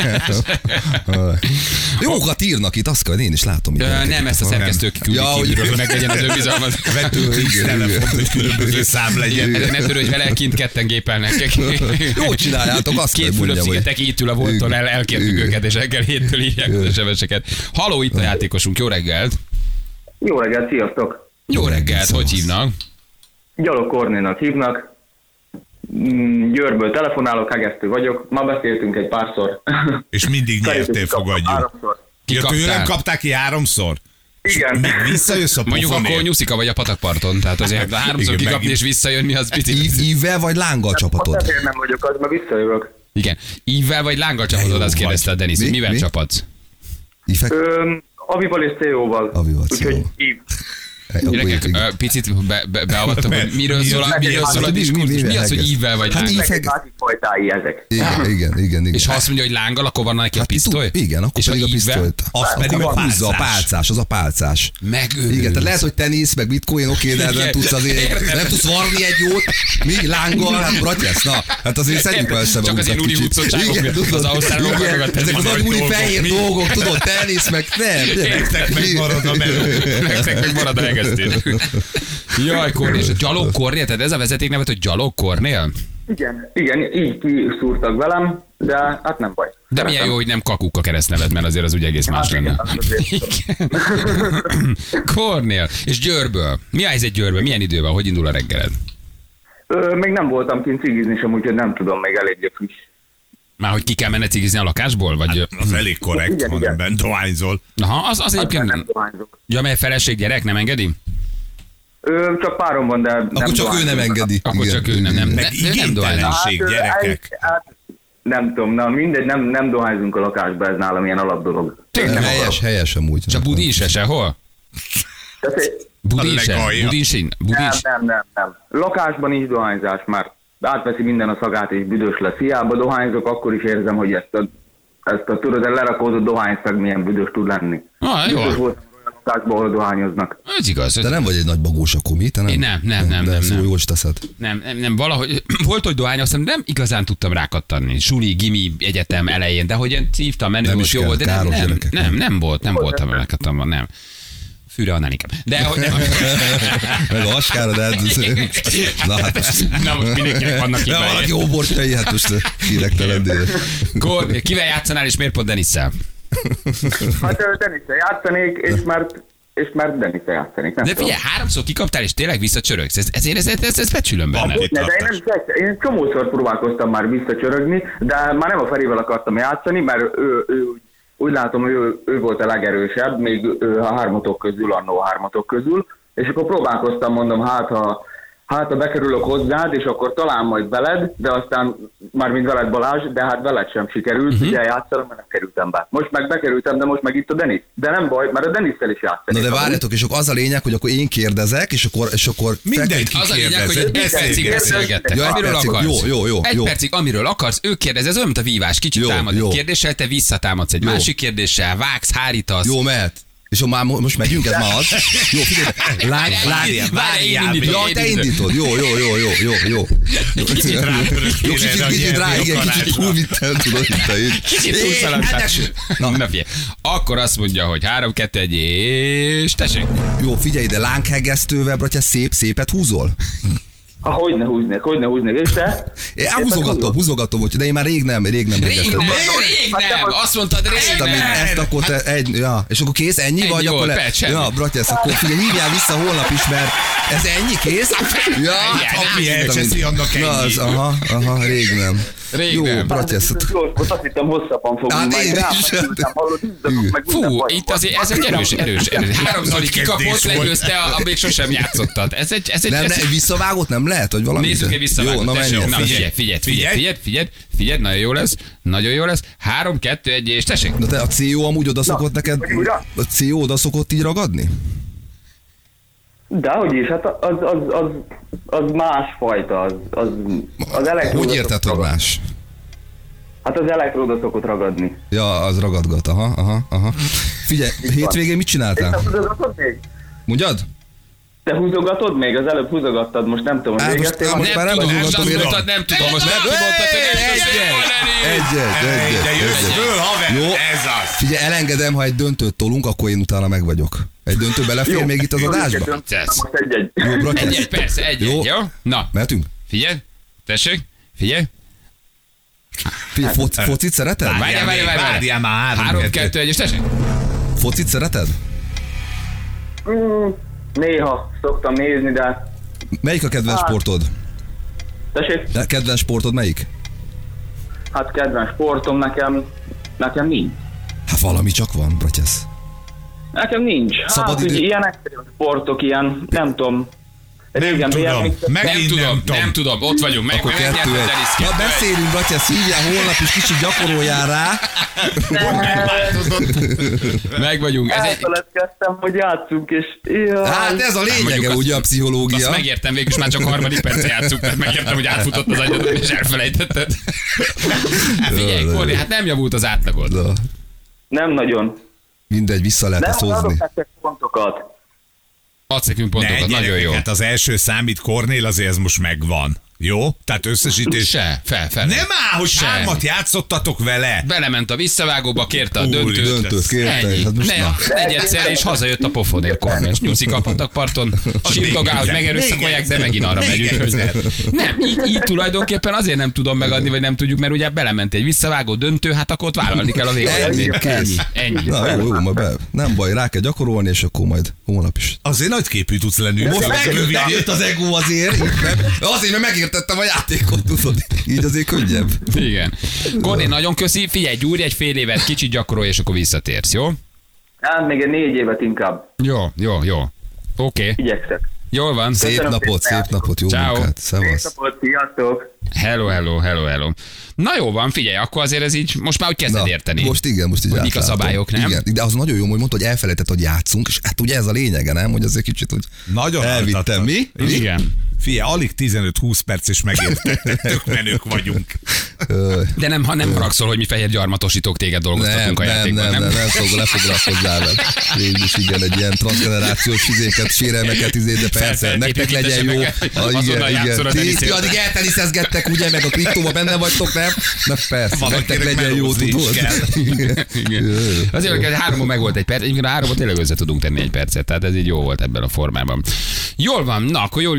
Jókat írnak itt, azt kell, én is látom. Nem, ezt a szerkesztők küldik Ja, kívülről, hogy- hogy meglegyen az önbizalmat. Vettünk X telefont, hogy különböző szám legyen. Ezért nem törő, hogy vele kint ketten gépelnek. Jó csináljátok, azt Két kell mondjam, Fülöp-szigetek itt ül a voltól, elkértük Igen. őket, és reggel 7-től írják az SMS-eket. Haló, itt a játékosunk, jó reggelt! Jó reggelt, sziasztok! Jó reggelt, hogy hívnak? Gyalog Kornénak hívnak. Győrből telefonálok, Hegesztő vagyok. Ma beszéltünk egy párszor. És mindig nyertél, fogadjuk. 3-szor. Ja, tőlem Kikaptál? kapták ki 3-szor? Igen. Még visszajössz a Mondjuk akkor pofonért? nyuszika vagy a patakparton, tehát azért 3-szor Igen, kikapni megint. és visszajönni, az picit. Ívvel vagy lánggal Most csapatod? ezért nem vagyok, az már visszajövök. Igen. Ívvel vagy lánggal csapatod, jó azt kérdezte a vagy. Denis. Mi? Mivel Mi? csapatsz? Ívek? Avival és CO-val. Avival, Úgyhogy CO-val. ív. Gyerekek, picit beavattam, hogy miről szól a diskurzus. Mi az, hogy ívvel vagy Hát lánggal? ív- Másik fajtái ezek. Igen. És ha azt mondja, hogy lánggal, akkor van neki a pisztoly? Igen, akkor és pedig a ívvel? pisztolyt. Az pedig a húzza a pálcás. pálcás, az a pálcás. Megőrülsz. Igen, tehát lehet, hogy tenisz, meg bitcoin, oké, de nem Igen. tudsz azért, nem tudsz varni egy jót, mi lánggal, hát bratyesz, na, hát azért szedjük el össze Csak az ilyen unihuccottságok miatt, az ausztrálok meg a ezek az nagy agúri dolgok. fehér dolgok, tudod, tenisz, meg nem. Nektek megmarad a meló. Nektek meg marad a hegesztés. Jaj, Kornél, és a Gyalog Kornél, tehát ez a vezetéknevet, hogy Gyalog Kornél? Igen, így kiszúrtak velem, de hát nem baj. De milyen jó, hogy nem Kakuk a keresztneved, mert azért az ugye egész más Hát igen, lenne. az azért. Igen. Kornél. És Győrből. Mi a helyzet Győrből? Milyen idő van? Hogy indul a reggeled? Még nem voltam kint cigizni sem, úgyhogy nem tudom, még eléggé friss. Már hogy ki kell menned cigizni a lakásból? Vagy... Az elég korrekt, Igen, hanem igen. bent dohányzol. Aha, az egyébként Nem nem. dohányzok. Ja, mely feleség gyerek nem engedi? Csak párom van, de nem Akkor csak ő nem dohányzok. engedi. Akkor Igen. csak ő nem. Meg Ő nem dohányzik. igénytelenség, gyerekek. Nem tudom, na mindegy, nem dohányzunk a lakásba, ez nálam ilyen alapdolog. Tényleg? Helyes amúgy. Csak Budi is sehol? Budi is legalja. Budi is? Budi is? Nem. Lakásban is dohányzás, már átveszi minden a szagát és büdös lesz. Hiába dohányzok, akkor is érzem, hogy ezt a tudod, a lerakódott dohányszag milyen büdös tud lenni. Ah, jó. Biztos voltam olyan lakásban, ahol dohányoznak. Ez igaz. De nem vagy egy nagy bagós a komi, te nem? Én nem. De ezt jól is teszed. Nem, valahogy volt, hogy dohányoztam, de nem igazán tudtam rákattanni. Suli, gimi, egyetem elején, de hogy én szívtam, menő Nem volt, is jó kell, volt, de káros gyerekek, nem voltam rákattanva, nem. Fűre annál inkább. De hogy nem. Meg a vaskára, de na hát most. Na most mindenkinek vannak De valaki hibái. jó borstai, hát most hírektelem, de... Kivel játszanál és miért pont Denisszel? Hát Denisszel játszanék, és mert és már Denniszel játszanék. Nem De tudom. figyelj, 3-szor kikaptál, és tényleg visszacsörögsz. Ez becsülöm benned. Ne, de én csomószor próbálkoztam már visszacsörögni, de már nem a Ferivel akartam játszani, mert ő úgy látom, ő volt a legerősebb, még a hármatok közül, és akkor próbálkoztam, mondom, hát ha bekerülök hozzád, és akkor talán majd veled, de aztán már mint veled Balázs, de hát veled sem sikerült, ugye játszani, mert nem kerültem be. Most meg bekerültem, de most meg itt a Denis. De nem baj, mert a Denisszel is játszani. Na de várjatok, és akkor az a lényeg, hogy akkor én kérdezek, és akkor Mindenki Az a lényeg, hogy egy kérdez. percig beszélgettek. Ja, egy Amiről percig. akarsz. Jó. Egy percig, amiről akarsz, ő kérdez, ez olyan, mint a vívás. Kicsit Jó, támad jó. egy kérdéssel, te visszatámadsz egy másik kérdéssel, vágsz, hárítasz. Jó, mehet. És már most megyünk, ez már az. Jó, figyelj. Várjál, Ja, te indítod. Jó. Kicsit rátöröstél Kicsit rá, igen, kicsit túl vittem, tudod, itt a így. Kicsit túlszaladtál. Na figyelj, akkor azt mondja, hogy 3, 2, 1, és tessék. Jó, figyelj, de lánghegesztővel, bratya, szépet húzol? Hogyne húznék, és te? Én húzogatom, de én már rég nem hegesztem. Rég nem, azt mondtad rég nem. Ezt akkor te és akkor kész, ennyi Ennyi vagy? volt, Akkor perc, semmi. ja, bratya, ezt akkor figyelj, hívjál vissza holnap is, mert ez ennyi kész? Ja, Aki elcseszi, annak na, ennyi. az, aha, rég nem. Rég Jó, nem. bratya, ezt Most azt hittem hosszabban fogunk, Hát majd én is. ráfekültem, hallod, izzadok, meg minden Fú, baj. itt azért ez egy erős. 3-szor így kikapott, kezdés volt. legyőzte, még sosem játszottad. Ez egy nem, visszavágót nem lehet, hogy valami? Nézzük egy visszavágót. Jó, na Tessék, menjünk. na figyelj, nagyon jó lesz. 3, 2, 1, és tessék. Na te a CO amúgy oda szokott neked, hogy újra? a CO oda szokott így ragadni? Dehogy is, hát az másfajta, az elektróda. Hogy érted, hogy más? Hát az elektróda szokott ragadni. Ja, az ragadgat, aha. Figyelj, hétvégén mit Te csináltál? húzogatod még? Mondjad? Te húzogatod még? Az előbb húzogattad, most nem tudom, hogy Hát végeztél. most van? már nem húzogatom, én Nem tudom, most nem kimondtad, De jössz föl, haver, Jó. ez az. Figyelj, elengedem, ha egy döntőt tolunk, akkor én utána meg vagyok. Egy döntő belefér még itt az adásba? Na, most egy. Jó, bratya. Egy, persze, egy, Jó. jó? Na, Mehetünk? figyelj, tessék, figyelj. Figyelj, focit szereted? Várjál már. 3, 2, 1, és tessék. Focit szereted? Néha szoktam nézni, de... Melyik a kedvenc sportod? Tessék? Kedvenc sportod melyik? Hát kedvenc sportom nekem nincs. Hát valami csak van, bratyesz. Nekem nincs. Szabad Hát, idő- ugye ilyen extrém sportok, ilyen, nem tudom. Régen tudom. BMX-et- Megint Nem tudom, ott vagyunk, Akkor megnyert 2-1. a Dennis Na beszélünk, bratyesz, hívjál holnap is, kicsit gyakoroljál rá. Meg vagyunk. Ez egy... Elfeledkeztem, hogy játszunk, és... Jaj. Hát ez a mondjuk lényege, azt- ugye a Azt pszichológia. megértem, végül is már csak 3. perc játszunk, tehát megértem, hogy átfutott az agyadon, és elfelejtetted. Hát figyelj, Korni, hát nem javult az átlagod. Na, Nem nagyon. mindegy, vissza lehet Nem ezt adok hozni. nektek pontokat. Adsz nekünk pontokat, nagyon jó. Hát az első számít Kornél, azért ez most megvan. Jó? Tehát összesítés. Fel. Nem áll, hogy Se. 3 játszottatok vele. Belement a visszavágóba, kérte a Úr, döntőt. Döntőt kérte, Ennyi. hát most na. Negyedszer, és hazajött a pofonért Kornél. És nyuszi kaphattak parton, sírkagál, hogy megerőszakolják, de megint arra megyünk. Hogy... Nem, így tulajdonképpen azért nem tudom megadni, vagy nem tudjuk, mert ugye belement egy visszavágó döntő, hát akkor ott vállalni kell a Ennyi, végén. kész. Ennyi. Na jó, ma be. Nem baj, rá kell gyakorolni, és akkor majd hónap is. Azért nagyképű tudsz lenni. Most jött az ego azért, így nem. Azért, mert megértettem a játékot, tudod. Így azért könnyebb. Igen. Kornél, nagyon köszi. Figyelj, gyúrj egy fél évet, kicsit gyakorolj, és akkor visszatérsz, jó? Hát még egy 4 évet inkább Jó. Oké. igyekszek. Jól van. Szép napot, jó Ciao. munkát. Szevasz. Szép sziasztok! Hello. Na jó van, figyelj, akkor azért ez így, most már úgy kezded érteni. Most igen, most így Hogy mik a átlátom. szabályok, nem? Igen, de az nagyon jó, hogy mondta, hogy elfelejtett, hogy játszunk, és hát ugye ez a lényege, nem? Hogy azért kicsit, hogy Nagyon elvittem. altattad. Mi? Igen. Figyelj, alig 15-20 perc és megérted. Tök menők vagyunk. De nem haragszol, hogy mi fehér gyarmatosítók téged dolgoztatunk a játékban, nem? nem lefoglalkozzál vele. Végülis igen, egy ilyen transgenerációs fizéket, sérelmeket, de persze, nektek legyen jó. Azonnal játszol a Ti teniszért. addig elteniszezgettek, ugye, meg a kriptóba benne vagytok, nem? Na persze, nektek legyen jó, melózni is tudod. kell. Igen. Azért, hogy 3-on meg volt egy perc, egyébként a 3-ot tényleg össze tudunk tenni egy percet, tehát ez így jó volt ebben a formában. Jól van, na akkor jól indul a hét,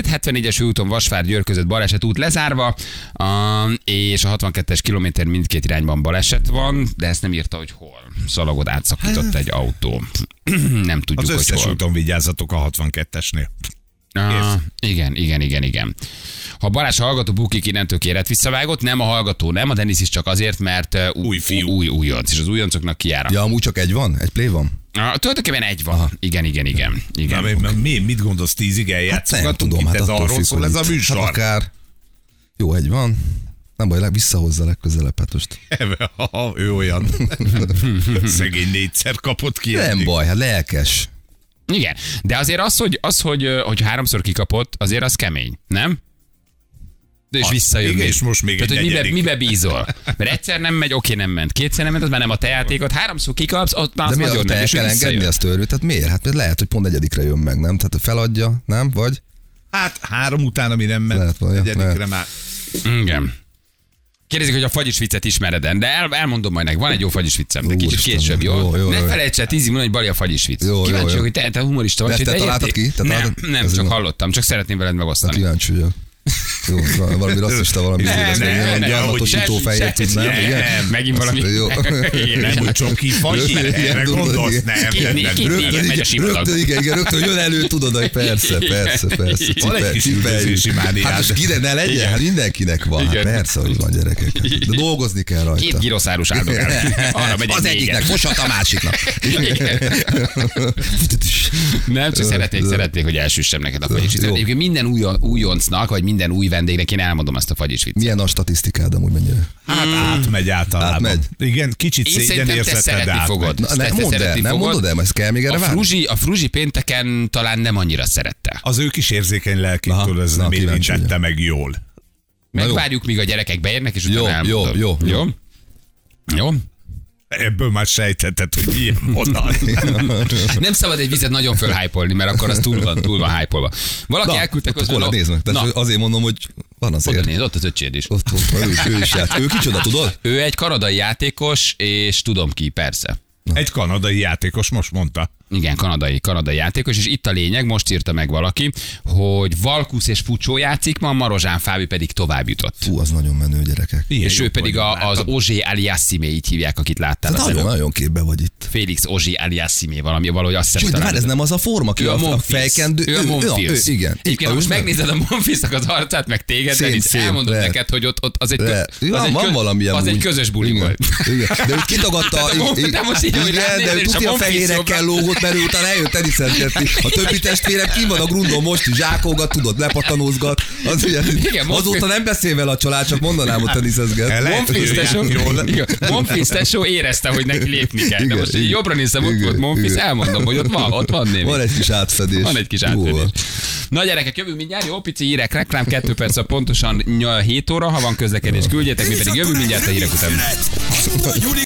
2, 74-es főúton Vasvár-Győr között baleset, út lezárva, és a 62-es kilométer mindkét irányban baleset van, de ezt nem írta, hogy hol. Szalagot átszakított egy autó. Nem tudjuk, Az hogy összes hol. úton vigyázzatok a 62-esnél. Igen. Ha Balázs a hallgató bukik, innentől kéret visszavágott, nem a hallgató, nem, a Denis is csak azért, mert Új fiú. új újonc, és az újoncoknak kiára. Ja, amúgy csak egy van? Egy play van? Tulajdonképpen egy van. Igen. Mit gondolsz, 10-ig Nem eljátszogatunk? tudom, hát Ez attól arról függ, szól ez a hogy műsor. hát akár. Jó, egy van. Nem baj, visszahozza legközelebb, hát most. Ő olyan. Szegény 4-szer kapott ki. Nem eddig. baj, hát lelkes. Igen, de azért hogy 3-szor kikapott, azért az kemény, nem? De és Az, visszajön. igen, és most még Tehát, egy hogy negyedik. mibe bízol? Mert egyszer nem megy, oké, nem ment. Kétszer nem ment, az már nem a te játékod. 3-szor kikapsz, ott már De az miért nagyon te nem, el és kell visszajön. engedni azt törvényt? Tehát miért? Hát lehet, hogy pont negyedikre jön meg, nem? Tehát feladja, nem? Vagy? Hát 3 után, ami nem ment, Lehet, vagy, negyedikre lehet. már. Igen. Kérdezik, hogy a fagyis viccet ismered-e, de elmondom majd neked. Van egy jó fagyis viccem, de kicsit Úristen, később, jó? jó, Ne jó. felejts el 10 mondani, hogy Bali a fagyis vicc. Jó, Kíváncsi jó, vagyok, jó. hogy te humorista vagy. De hogy te találtad érted? ki? Te Nem, találtad? nem, Ez csak jó. hallottam, csak szeretném veled megosztani. Kíváncsi vagyok. Jó, valami rasszista, valami gyarmatosító-fehér tud, nem? Igen? Megint valami. Jó. Nem, hogy csak kifagy, Igen, erre tudod, gondolsz? igen. Nem, Két- nem. két- Igen, megy a sivatag. Rögtön jön elő, tudod, hogy persze. Van egy kis üldözési mániád. Hát most kire ne legyen? Hát mindenkinek van. Hát Igen. persze, hogy van, gyerekek. De dolgozni kell rajta. 2 giroszárus áldogál. Arra megy Az egy egyiknek négyet. fosat, a másiknak. Nem, csak szeretnék, hogy elsüssem neked a fagyis viccet. Jó. Egyébként minden újoncnak, vagy minden új vendégnek én elmondom azt a fagyis viccet. Milyen a statisztikád amúgy mennyire? Hát átmegy általában. Átmegy. Igen, kicsit Én szerintem te szégyenérzeted, de szeretni fogod. átmegy. Na, nem mondd el, nem mondod el, ezt kell még erre várni? A Fruzsi pénteken talán nem annyira szerette. Az ő kis érzékeny lelkétől Aha, ez na, nem kíváncsi érintette meg jól. Megvárjuk, míg a gyerekek beérnek, és utána Jó, elmondom. jó. Jó? Jó? Ebből már sejtetted, hogy ilyen vonal. Nem szabad egy vizet nagyon fölhájpolni, mert akkor az túl van hype-olva. Valaki elküldte közben. Kolla, nézd meg. Tehát azért mondom, hogy van Oda azért. nézd, ott az öcséd is. Ott ő is járt. Ő kicsoda, tudod? Ő egy kanadai játékos, és tudom ki, persze. Egy kanadai játékos most mondta. Igen, kanadai játékos, és itt a lényeg, most írta meg valaki, hogy Valkusz és Fucsó játszik ma, Marozsán Fábi pedig tovább jutott. Fú, az nagyon menő, gyerekek. Ilyen És ő jók pedig vagyunk, az látod? Ozsé Aliassimé, így hívják, akit láttál. az előbb. Nagyon képbe vagy itt. Félix Ozsé Aliassimé, valahogy azt Sőt, de talán. már ez nem az a forma, aki Ő a a Monfils. fejkendő. Ő a Monfils. Igen. Egyébként, ha most megnézed a Monfilsnak az arcát, meg téged, Szép, Denis, szép, elmondod lehet. neked, hogy ott az egy, Van valami az amúgy. egy közös buli Igen. volt. Igen. De úgy kitagadta. De most így, hogy Igen, ránézel, de ő és a tudja a Monfils fehérekkel jobbra. lógott, mert ő utána eljött teniszentetni. A többi testvérem ki van a grundon most is, zsákolgat, tudod, lepatanózgat. Az ugye, Igen, azóta nem beszél vele a család, csak mondanám, hogy teniszezget. Lehet, hogy ő járt jól. Monfils tesó érezte, hogy neki lépni kell. De Igen, most így igen. jobbra nézem, ott volt Monfils, Igen. elmondom, hogy ott van némi. Van egy kis átfedés. Van egy kis Jó átfedés. van. Na gyerekek, jövünk mindjárt, jó pici hírek, reklám, 2 perc a pontosan 7 óra, ha van közlekedés, küldjetek, mi pedig jövünk mindjárt a hírek után. A Szipa Gyuri